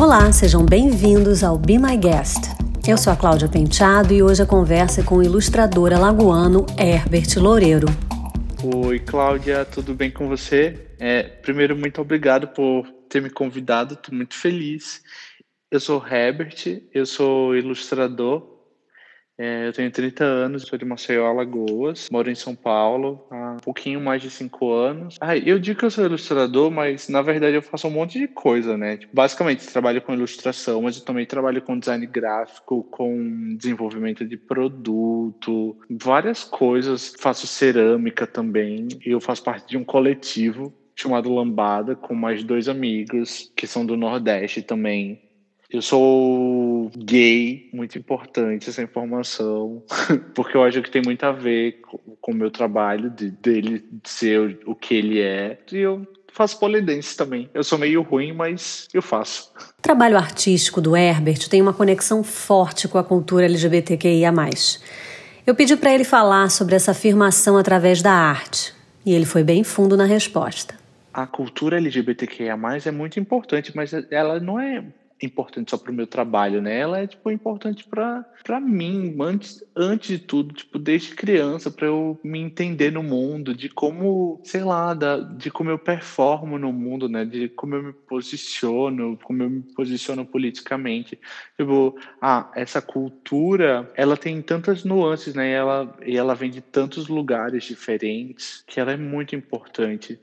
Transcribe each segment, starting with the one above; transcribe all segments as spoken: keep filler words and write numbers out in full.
Olá, sejam bem-vindos ao Be My Guest. Eu sou a Cláudia Penteado e hoje a conversa é com o ilustrador alagoano Herbert Loureiro. Oi, Cláudia, tudo bem com você? É, primeiro, muito obrigado por ter me convidado, estou muito feliz. Eu sou Herbert, eu sou ilustrador, é, eu tenho trinta anos, sou de Maceió, Alagoas, moro em São Paulo há um pouquinho mais de cinco anos. Ah, eu digo que eu sou ilustrador, mas na verdade eu faço um monte de coisa, né? Tipo, basicamente, trabalho com ilustração, mas eu também trabalho com design gráfico, com desenvolvimento de produto, várias coisas. Faço cerâmica também, e eu faço parte de um coletivo chamado Lambada, com mais dois amigos que são do Nordeste também. Eu sou gay, muito importante essa informação, porque eu acho que tem muito a ver com com o meu trabalho, de, dele ser o que ele é. E eu faço pole dance também. Eu sou meio ruim, mas eu faço. O trabalho artístico do Herbert tem uma conexão forte com a cultura L G B T Q I A mais. Eu pedi para ele falar sobre essa afirmação através da arte, e ele foi bem fundo na resposta. A cultura L G B T Q I A mais, é muito importante, mas ela não é importante só para o meu trabalho, né? Ela é tipo importante para para mim, antes, antes de tudo, tipo, desde criança, para eu me entender no mundo, de como, sei lá, da, de como eu performo no mundo, né? De como eu me posiciono, como eu me posiciono politicamente. Tipo, ah, essa cultura, ela tem tantas nuances, né? E ela, e ela vem de tantos lugares diferentes que ela é muito importante.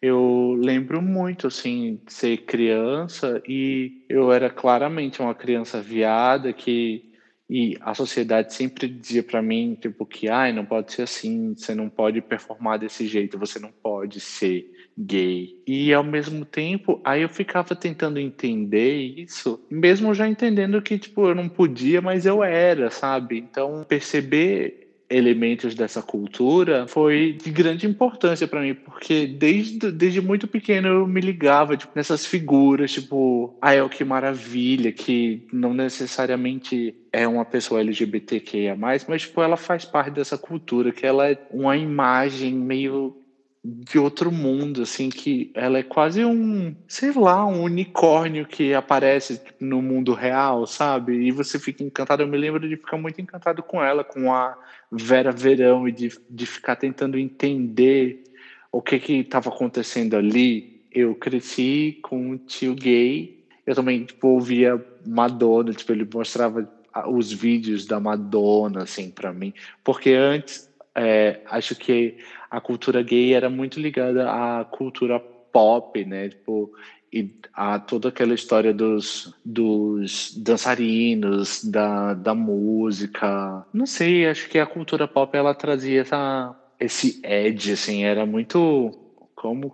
Eu lembro muito, assim, de ser criança e eu era claramente uma criança viada que e a sociedade sempre dizia para mim, tipo, que ai, não pode ser assim, você não pode performar desse jeito, você não pode ser gay. E ao mesmo tempo, aí eu ficava tentando entender isso, mesmo já entendendo que, tipo, eu não podia, mas eu era, sabe? Então, perceber elementos dessa cultura foi de grande importância para mim, porque desde, desde muito pequeno eu me ligava tipo, nessas figuras, tipo, ah, é o que maravilha, que não necessariamente é uma pessoa L G B T Q I A mais, mas tipo, ela faz parte dessa cultura, que ela é uma imagem meio de outro mundo, assim, que ela é quase um, sei lá, um unicórnio que aparece tipo, no mundo real, sabe? E você fica encantado. Eu me lembro de ficar muito encantado com ela, com a Vera Verão, e de, de ficar tentando entender o que que estava acontecendo ali. Eu cresci com um tio gay, eu também, tipo, ouvia Madonna, tipo, ele mostrava os vídeos da Madonna, assim, para mim, porque antes, é, acho que a cultura gay era muito ligada à cultura pop, né? Tipo, e a toda aquela história dos, dos dançarinos, da, da música. Não sei, acho que a cultura pop ela trazia essa, esse edge, assim, era muito. Como,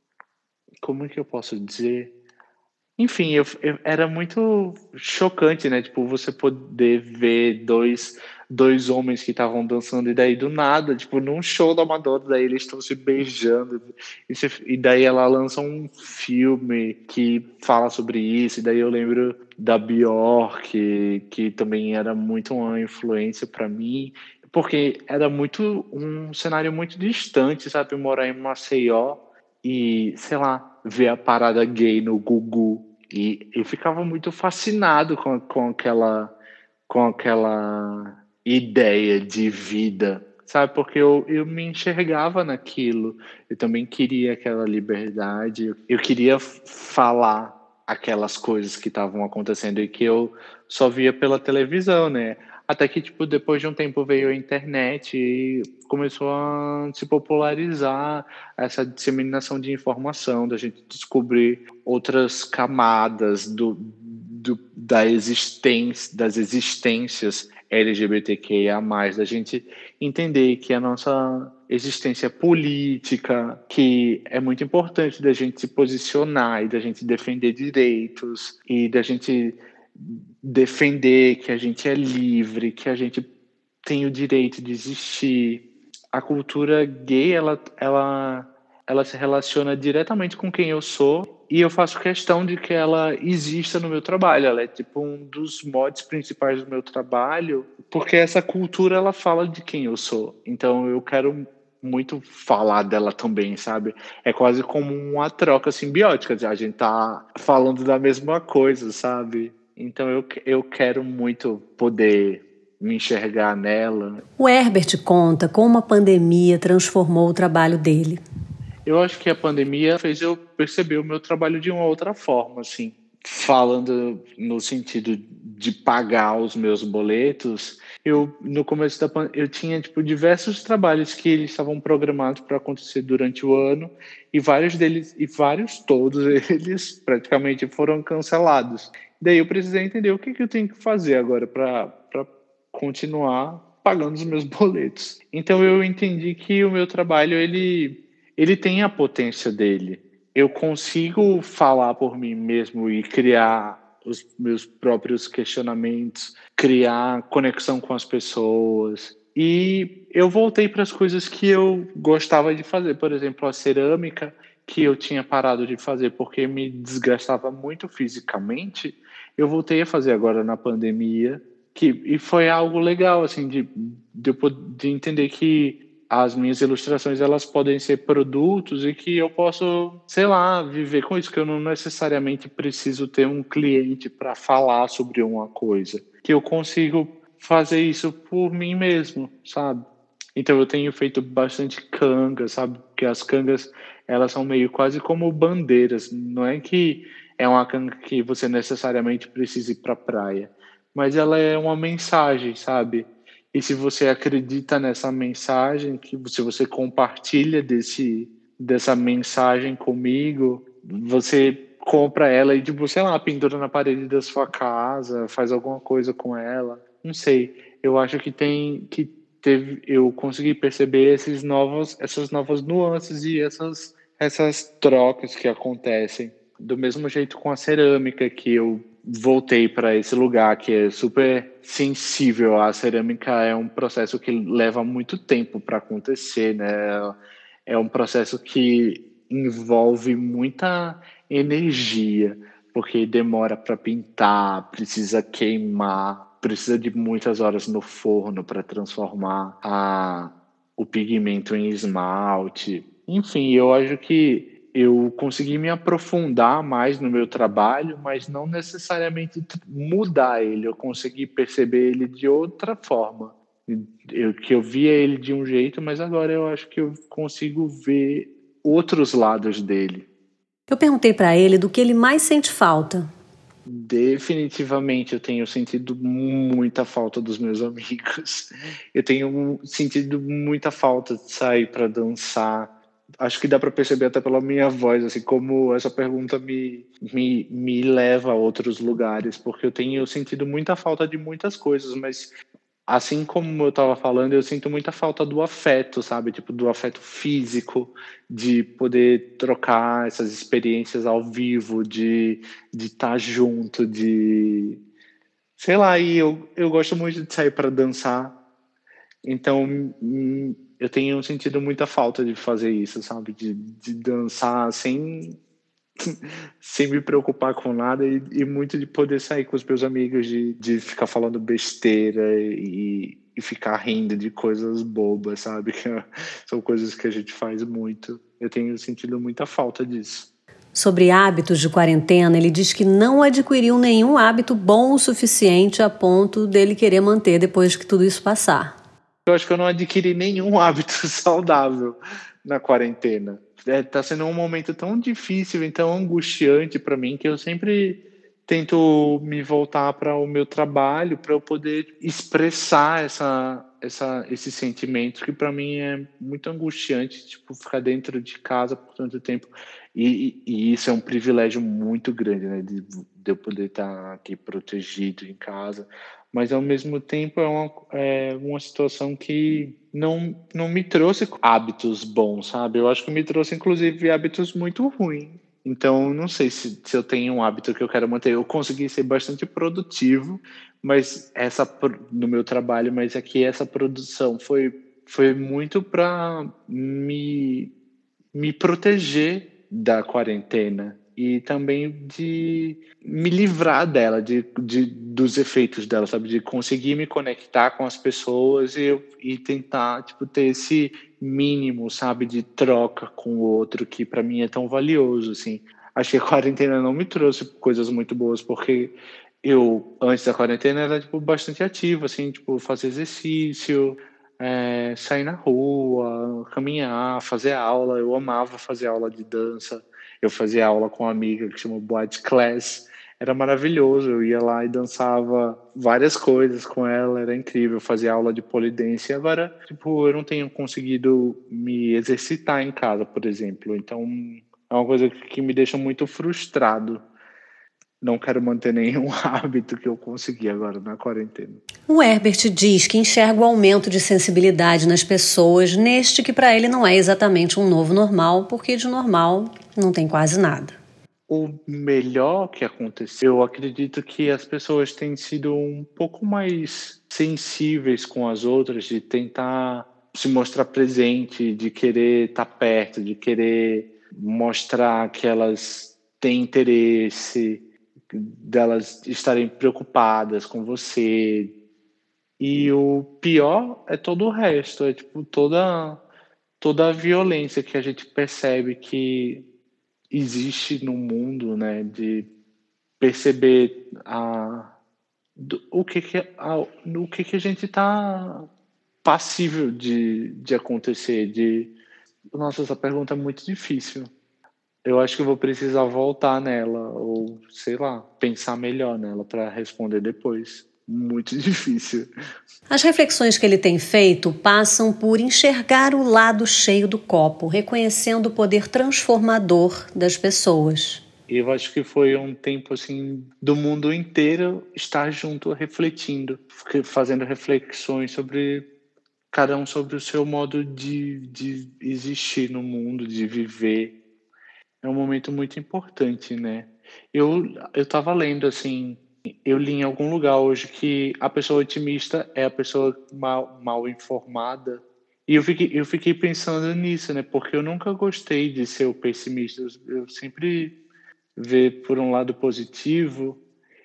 como que eu posso dizer? Enfim, eu, eu- era muito chocante, né? Tipo, você poder ver dois, dois homens que estavam dançando e daí do nada, tipo, num show da Madonna, daí eles estão se beijando e, você- e daí ela lança um filme que fala sobre isso e daí eu lembro da Bjork, que também era muito uma influência para mim, porque era muito um cenário muito distante, sabe? Eu morar em Maceió e, sei lá, ver a parada gay no Gugu. E eu ficava muito fascinado com, com aquela com aquela ideia de vida, sabe? Porque eu, eu me enxergava naquilo. Eu também queria aquela liberdade. Eu queria f- falar aquelas coisas que estavam acontecendo e que eu só via pela televisão, né? Até que, tipo, depois de um tempo veio a internet e começou a se popularizar essa disseminação de informação, da gente descobrir outras camadas do, do, da existência, das existências L G B T Q I A mais, da gente entender que a nossa existência política, que é muito importante da gente se posicionar e da gente defender direitos e da gente defender que a gente é livre, que a gente tem o direito de existir. A cultura gay, ela, ela, ela se relaciona diretamente com quem eu sou e eu faço questão de que ela exista no meu trabalho. Ela é tipo um dos motes principais do meu trabalho, porque essa cultura ela fala de quem eu sou. Então eu quero muito falar dela também, sabe? É quase como uma troca simbiótica, a gente tá falando da mesma coisa, sabe? Então eu, eu quero muito poder me enxergar nela. O Herbert conta como a pandemia transformou o trabalho dele. Eu acho que a pandemia fez eu perceber o meu trabalho de uma outra forma, assim. Falando no sentido de pagar os meus boletos, eu no começo da pandemia eu tinha tipo diversos trabalhos que eles estavam programados para acontecer durante o ano e vários deles e vários todos eles praticamente foram cancelados. Daí eu precisei entender o que, que eu tenho que fazer agora para para continuar pagando os meus boletos. Então eu entendi que o meu trabalho ele ele tem a potência dele. Eu consigo falar por mim mesmo e criar os meus próprios questionamentos, criar conexão com as pessoas. E eu voltei para as coisas que eu gostava de fazer, por exemplo, a cerâmica, que eu tinha parado de fazer porque me desgastava muito fisicamente, eu voltei a fazer agora na pandemia, que, e foi algo legal, assim, de, de, de entender que as minhas ilustrações elas podem ser produtos e que eu posso, sei lá, viver com isso, que eu não necessariamente preciso ter um cliente para falar sobre uma coisa, que eu consigo fazer isso por mim mesmo, sabe? Então eu tenho feito bastante canga, sabe? Porque as cangas elas são meio quase como bandeiras, não é que é uma canga que você necessariamente precise ir para a praia, mas ela é uma mensagem, sabe? E se você acredita nessa mensagem, que se você compartilha desse, dessa mensagem comigo, você compra ela e, tipo, sei lá, pendura na parede da sua casa, faz alguma coisa com ela. Não sei. Eu acho que tem que teve, eu consegui perceber esses novos, essas novas nuances e essas, essas trocas que acontecem. Do mesmo jeito com a cerâmica, que eu voltei para esse lugar que é super sensível. A cerâmica é um processo que leva muito tempo para acontecer, né? É um processo que envolve muita energia, porque demora para pintar, precisa queimar, precisa de muitas horas no forno para transformar a, o pigmento em esmalte. Enfim, eu acho que eu consegui me aprofundar mais no meu trabalho, mas não necessariamente mudar ele. Eu consegui perceber ele de outra forma. Eu, que eu via ele de um jeito, mas agora eu acho que eu consigo ver outros lados dele. Eu perguntei para ele do que ele mais sente falta. Definitivamente eu tenho sentido muita falta dos meus amigos. Eu tenho sentido muita falta de sair para dançar. Acho que dá para perceber até pela minha voz, assim, como essa pergunta me, me, me leva a outros lugares, porque eu tenho sentido muita falta de muitas coisas, mas assim como eu estava falando, eu sinto muita falta do afeto, sabe? Tipo, do afeto físico, de poder trocar essas experiências ao vivo, de de estar junto, de sei lá, e eu, eu gosto muito de sair para dançar, então hum, eu tenho sentido muita falta de fazer isso, sabe? De, de dançar sem sem me preocupar com nada e, e muito de poder sair com os meus amigos, de, de ficar falando besteira e, e ficar rindo de coisas bobas, sabe? Que são coisas que a gente faz muito. Eu tenho sentido muita falta disso. Sobre hábitos de quarentena, ele diz que não adquiriu nenhum hábito bom o suficiente a ponto dele querer manter depois que tudo isso passar. Eu acho que eu não adquiri nenhum hábito saudável na quarentena. É, tá sendo um momento tão difícil e tão angustiante para mim que eu sempre tento me voltar para o meu trabalho para eu poder expressar essa, essa, esses sentimentos que para mim é muito angustiante, tipo, ficar dentro de casa por tanto tempo. E, e, e isso é um privilégio muito grande, né? De, de eu poder estar aqui protegido em casa, mas ao mesmo tempo é uma, é uma situação que não, não me trouxe hábitos bons, sabe? Eu acho que me trouxe, inclusive, hábitos muito ruins. Então, não sei se, se eu tenho um hábito que eu quero manter. Eu consegui ser bastante produtivo, mas essa no meu trabalho, mas aqui essa produção foi, foi muito para me, me proteger da quarentena e também de me livrar dela, de, de, dos efeitos dela, sabe? De conseguir me conectar com as pessoas e, eu, e tentar, tipo, ter esse mínimo, sabe? De troca com o outro, que para mim é tão valioso, assim. Acho que a quarentena não me trouxe coisas muito boas, porque eu, antes da quarentena, era, tipo, bastante ativo, assim, tipo, fazer exercício, é, sair na rua, caminhar, fazer aula. Eu amava fazer aula de dança. Eu fazia aula com uma amiga que chama Boate Class. Era maravilhoso. Eu ia lá e dançava várias coisas com ela. Era incrível. Eu fazia aula de pole dance. E agora, tipo, eu não tenho conseguido me exercitar em casa, por exemplo. Então, é uma coisa que me deixa muito frustrado. Não quero manter nenhum hábito que eu consegui agora na quarentena. O Herbert diz que enxerga o aumento de sensibilidade nas pessoas neste que para ele não é exatamente um novo normal, porque de normal não tem quase nada. O melhor que aconteceu, eu acredito que as pessoas têm sido um pouco mais sensíveis com as outras, de tentar se mostrar presente, de querer estar perto, de querer mostrar que elas têm interesse, delas estarem preocupadas com você. E o pior é todo o resto, é tipo toda toda a violência que a gente percebe que existe no mundo, né, de perceber a do, o que que a, o que que a gente está passível de de acontecer, de nossa, essa pergunta é muito difícil. Eu acho que eu vou precisar voltar nela ou, sei lá, pensar melhor nela para responder depois. Muito difícil. As reflexões que ele tem feito passam por enxergar o lado cheio do copo, reconhecendo o poder transformador das pessoas. Eu acho que foi um tempo assim do mundo inteiro estar junto, refletindo, fazendo reflexões sobre cada um sobre o seu modo de, de existir no mundo, de viver. É um momento muito importante, né? Eu eu estava lendo assim, eu li em algum lugar hoje que a pessoa otimista é a pessoa mal, mal informada. E eu fiquei, eu fiquei pensando nisso, né? Porque eu nunca gostei de ser o pessimista. Eu, eu sempre ver por um lado positivo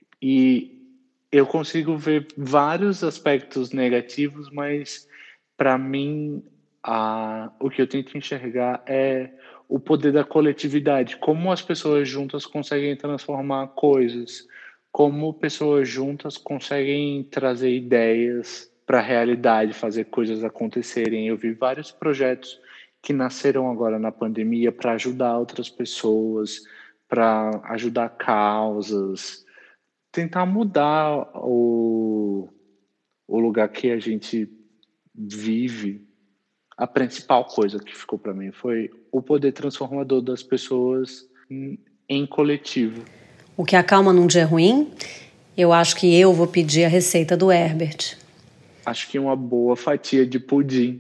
e eu consigo ver vários aspectos negativos, mas para mim a, o que eu tento enxergar é o poder da coletividade, como as pessoas juntas conseguem transformar coisas, como pessoas juntas conseguem trazer ideias para a realidade, fazer coisas acontecerem. Eu vi vários projetos que nasceram agora na pandemia para ajudar outras pessoas, para ajudar causas, tentar mudar o, o lugar que a gente vive. A principal coisa que ficou para mim foi o poder transformador das pessoas em, em coletivo. O que acalma num dia ruim? Eu acho que eu vou pedir a receita do Herbert. Acho que uma boa fatia de pudim.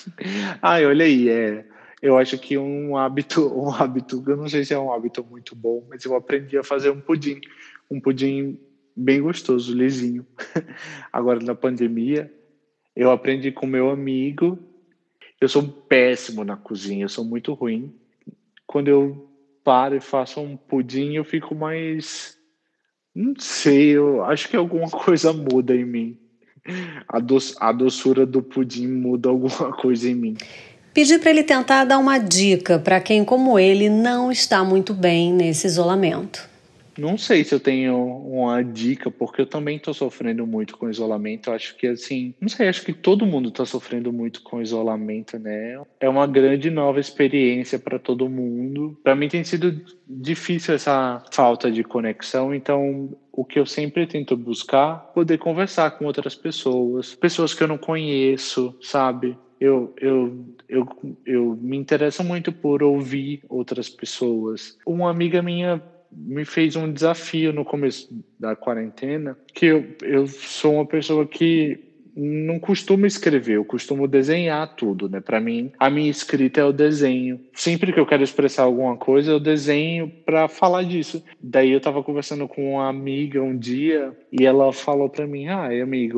Ai, olha aí, é. Eu acho que um hábito, um hábito, eu não sei se é um hábito muito bom, mas eu aprendi a fazer um pudim, um pudim bem gostoso, lisinho. Agora na pandemia, eu aprendi com meu amigo. Eu sou péssimo na cozinha, eu sou muito ruim. Quando eu paro e faço um pudim, eu fico mais, não sei, eu acho que alguma coisa muda em mim. A, do, a doçura do pudim muda alguma coisa em mim. Pedi para ele tentar dar uma dica para quem, como ele, não está muito bem nesse isolamento. Não sei se eu tenho uma dica, porque eu também estou sofrendo muito com isolamento. Eu acho que, assim, não sei, acho que todo mundo está sofrendo muito com isolamento, né? É uma grande nova experiência para todo mundo. Para mim tem sido difícil essa falta de conexão, então o que eu sempre tento buscar, poder conversar com outras pessoas, pessoas que eu não conheço, sabe? Eu, eu, eu, eu me interesso muito por ouvir outras pessoas. Uma amiga minha me fez um desafio no começo da quarentena, que eu, eu sou uma pessoa que não costumo escrever, eu costumo desenhar tudo, né? Para mim, a minha escrita é o desenho. Sempre que eu quero expressar alguma coisa, eu desenho para falar disso. Daí eu tava conversando com uma amiga um dia e ela falou para mim: "Ah, amigo,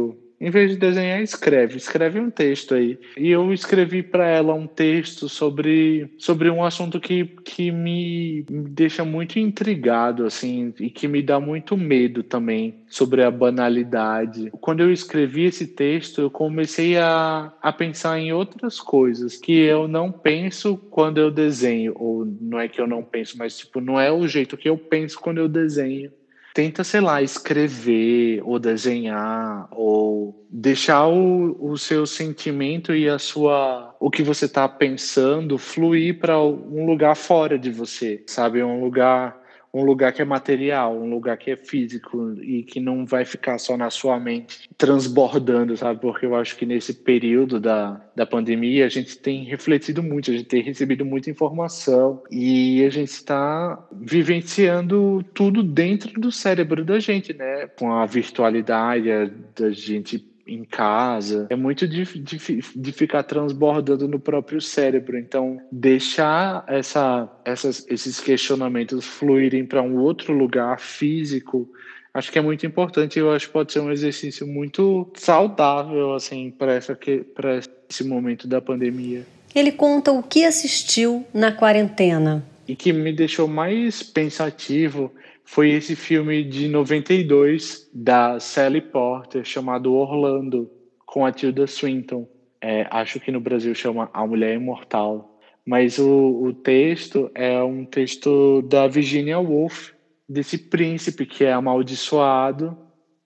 em vez de desenhar, escreve. Escreve um texto aí. E eu escrevi para ela um texto sobre, sobre um assunto que, que me, me deixa muito intrigado, assim, e que me dá muito medo também, sobre a banalidade. Quando eu escrevi esse texto, eu comecei a, a pensar em outras coisas que eu não penso quando eu desenho. Ou não é que eu não penso, mas tipo, não é o jeito que eu penso quando eu desenho. Tenta, sei lá, escrever ou desenhar ou deixar o, o seu sentimento e a sua, o que você está pensando fluir para um lugar fora de você, sabe? Um lugar, um lugar que é material, um lugar que é físico e que não vai ficar só na sua mente transbordando, sabe? Porque eu acho que nesse período da, da pandemia a gente tem refletido muito, a gente tem recebido muita informação e a gente está vivenciando tudo dentro do cérebro da gente, né? Com a virtualidade da gente em casa, é muito de, de, de ficar transbordando no próprio cérebro. Então, deixar essa, essas, esses questionamentos fluírem para um outro lugar físico, acho que é muito importante. Eu acho que pode ser um exercício muito saudável, assim, para essa para esse momento da pandemia. Ele conta o que assistiu na quarentena. E que me deixou mais pensativo foi esse filme de noventa e dois da Sally Porter chamado Orlando, com a Tilda Swinton. É, acho que no Brasil chama A Mulher Imortal. Mas o, o texto é um texto da Virginia Woolf, desse príncipe que é amaldiçoado,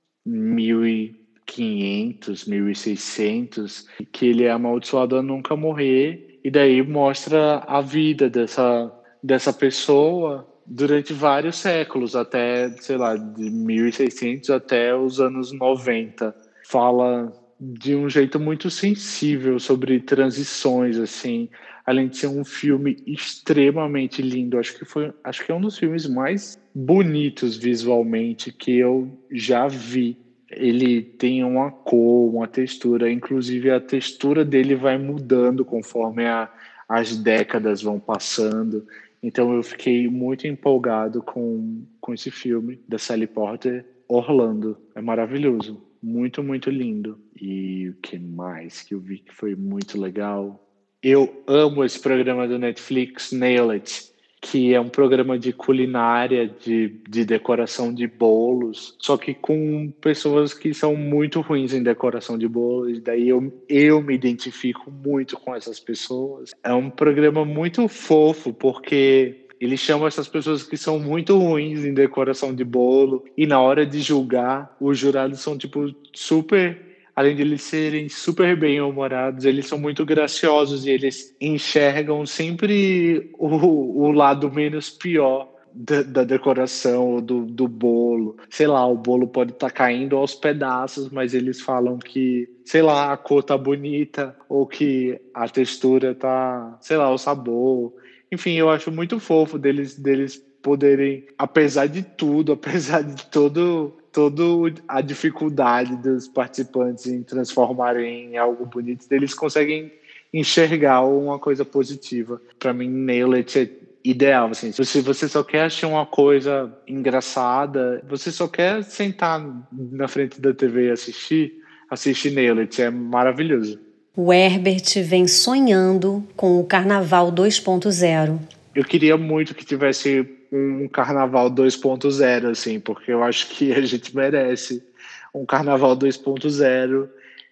mil e quinhentos, mil e seiscentos, que ele é amaldiçoado a nunca morrer, e daí mostra a vida dessa, dessa pessoa durante vários séculos, até, sei lá, de mil e seiscentos até os anos noventa. Fala de um jeito muito sensível sobre transições, assim, além de ser um filme extremamente lindo. Acho que foi, acho que é um dos filmes mais bonitos visualmente que eu já vi. Ele tem uma cor, uma textura, inclusive a textura dele vai mudando conforme a, as décadas vão passando. Então eu fiquei muito empolgado com, com esse filme da Sally Porter, Orlando. É maravilhoso, muito, muito lindo. E o que mais que eu vi que foi muito legal? Eu amo esse programa do Netflix, Nail It, que é um programa de culinária, de, de decoração de bolos, só que com pessoas que são muito ruins em decoração de bolos, daí eu, eu me identifico muito com essas pessoas. É um programa muito fofo, porque ele chama essas pessoas que são muito ruins em decoração de bolo, e na hora de julgar, os jurados são, tipo, super... Além de eles serem super bem-humorados, eles são muito graciosos e eles enxergam sempre o, o lado menos pior da, da decoração, do, do bolo. Sei lá, o bolo pode estar caindo aos pedaços, mas eles falam que, sei lá, a cor tá bonita ou que a textura tá, sei lá, o sabor. Enfim, eu acho muito fofo deles, deles poderem, apesar de tudo, apesar de todo toda a dificuldade dos participantes em transformarem em algo bonito, eles conseguem enxergar uma coisa positiva. Para mim, Nail It é ideal. Assim, se você só quer achar uma coisa engraçada, você só quer sentar na frente da T V e assistir, assistir Nail It, é maravilhoso. O Herbert vem sonhando com o Carnaval dois ponto zero. Eu queria muito que tivesse um Carnaval dois ponto zero, assim, porque eu acho que a gente merece um Carnaval dois ponto zero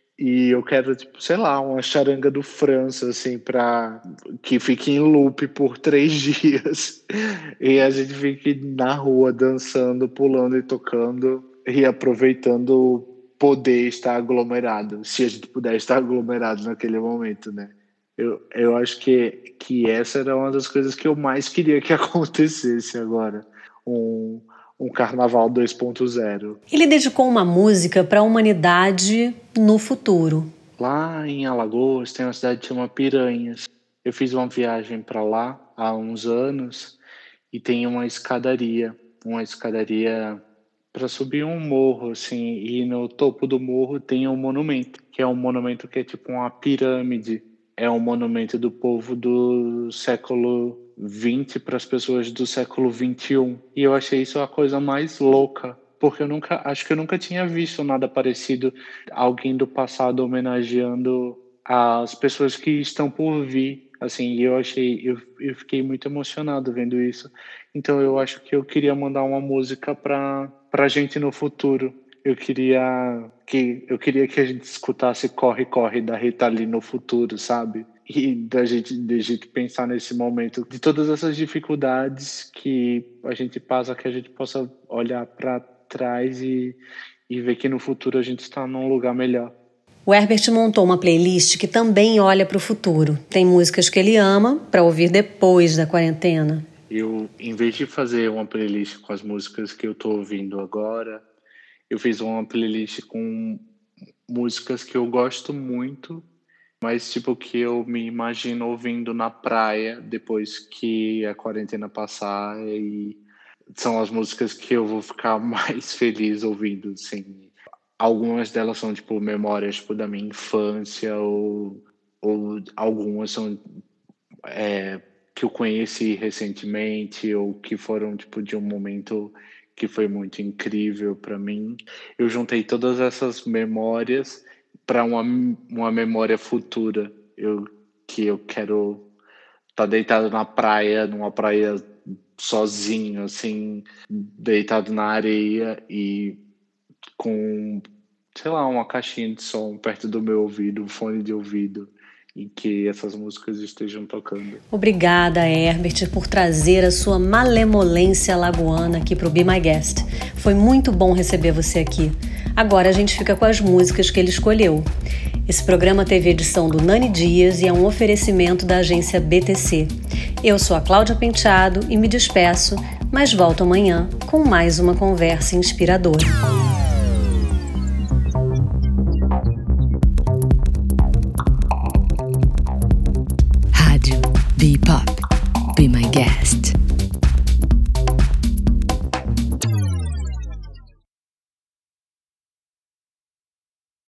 e eu quero, tipo, sei lá, uma charanga do França, assim, para que fique em loop por três dias e a gente fique na rua dançando, pulando e tocando e aproveitando poder estar aglomerado, se a gente puder estar aglomerado naquele momento, né? Eu, eu acho que, que essa era uma das coisas que eu mais queria que acontecesse agora. Um, um Carnaval dois ponto zero. Ele dedicou uma música para a humanidade no futuro. Lá em Alagoas tem uma cidade que chama Piranhas. Eu fiz uma viagem para lá há uns anos e tem uma escadaria. Uma escadaria para subir um morro, assim. E no topo do morro tem um monumento, que é um monumento que é tipo uma pirâmide. É um monumento do povo do século vinte para as pessoas do século vinte e um. E eu achei isso a coisa mais louca porque eu nunca, acho que eu nunca tinha visto nada parecido, alguém do passado homenageando as pessoas que estão por vir, assim, e eu achei, eu, eu fiquei muito emocionado vendo isso. Então eu acho que eu queria mandar uma música para para gente no futuro. Eu queria que eu queria que a gente escutasse Corre Corre da Rita Lee no futuro, sabe? E da gente, da gente pensar nesse momento de todas essas dificuldades que a gente passa, que a gente possa olhar para trás e, e ver que no futuro a gente está num lugar melhor. O Herbert montou uma playlist que também olha para o futuro. Tem músicas que ele ama para ouvir depois da quarentena. Eu, em vez de fazer uma playlist com as músicas que eu estou ouvindo agora, eu fiz uma playlist com músicas que eu gosto muito, mas tipo que eu me imagino ouvindo na praia depois que a quarentena passar, e são as músicas que eu vou ficar mais feliz ouvindo, assim. Algumas delas são tipo memórias tipo, da minha infância, ou, ou algumas são é, que eu conheci recentemente, ou que foram tipo de um momento que foi muito incrível para mim. Eu juntei todas essas memórias para uma, uma memória futura, eu, que eu quero estar tá deitado na praia, numa praia sozinho, assim, deitado na areia e com, sei lá, uma caixinha de som perto do meu ouvido, um fone de ouvido, em que essas músicas estejam tocando. Obrigada, Herbert, por trazer a sua malemolência lagoana aqui para o Be My Guest. Foi muito bom receber você aqui. Agora a gente fica com as músicas que ele escolheu. Esse programa teve edição do Nani Dias e é um oferecimento da agência B T C. Eu sou a Cláudia Penteado e me despeço, mas volto amanhã com mais uma conversa inspiradora.